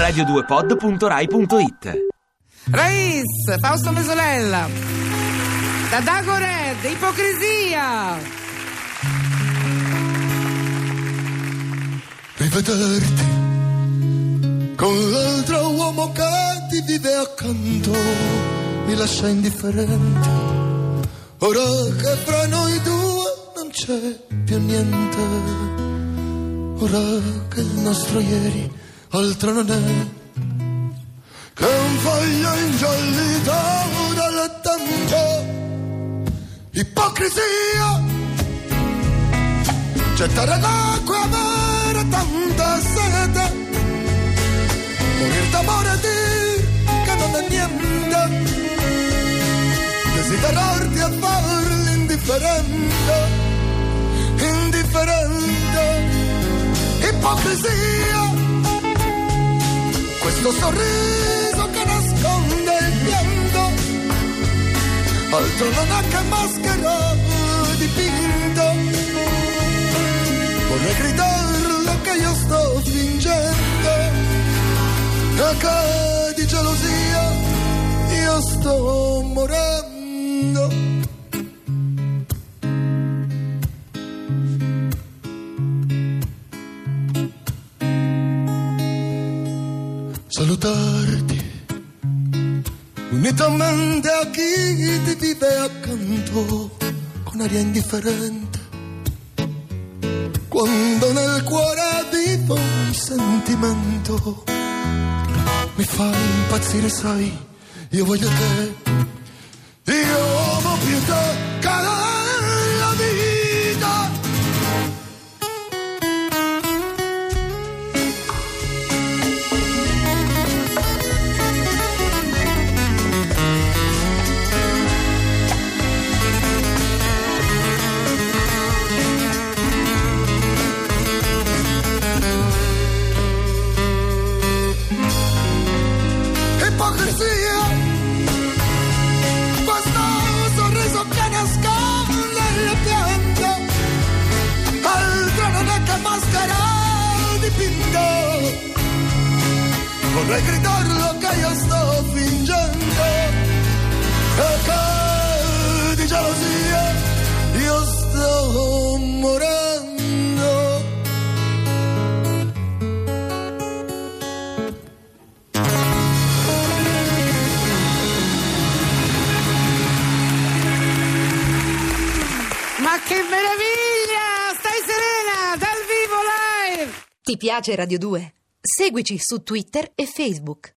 radio2pod.rai.it. Rais, Fausto Mesolella, da Dagored, ipocrisia. Rivederti con l'altro uomo che ti vive accanto mi lascia indifferente. Ora che fra noi due non c'è più niente, ora che il nostro ieri altro non è che un foglio ingiallito dal tempo. Ipocrisia, gettare l'acqua, avere tanta sete, morir d'amore e dir che non è niente, desiderarti e farli indifferente. Ipocrisia, questo sorriso che nasconde il pianto, altro non è che maschera dipinto. Vorrei gridarlo che io sto fingendo e che di gelosia io sto morendo. Salutarti unitamente a chi ti vive accanto con aria indifferente, quando nel cuore vivo un sentimento mi fa impazzire, sai, io voglio te, io amo più te che la vita. Ipocrisia, questo sorriso che nasconde il pianto, altro non è che maschera dipinto. Vorrei gridarlo che io sto fingendo e che di gelosia io sto morendo. Ma che meraviglia! Stai serena, dal vivo live! Ti piace Radio 2? Seguici su Twitter e Facebook.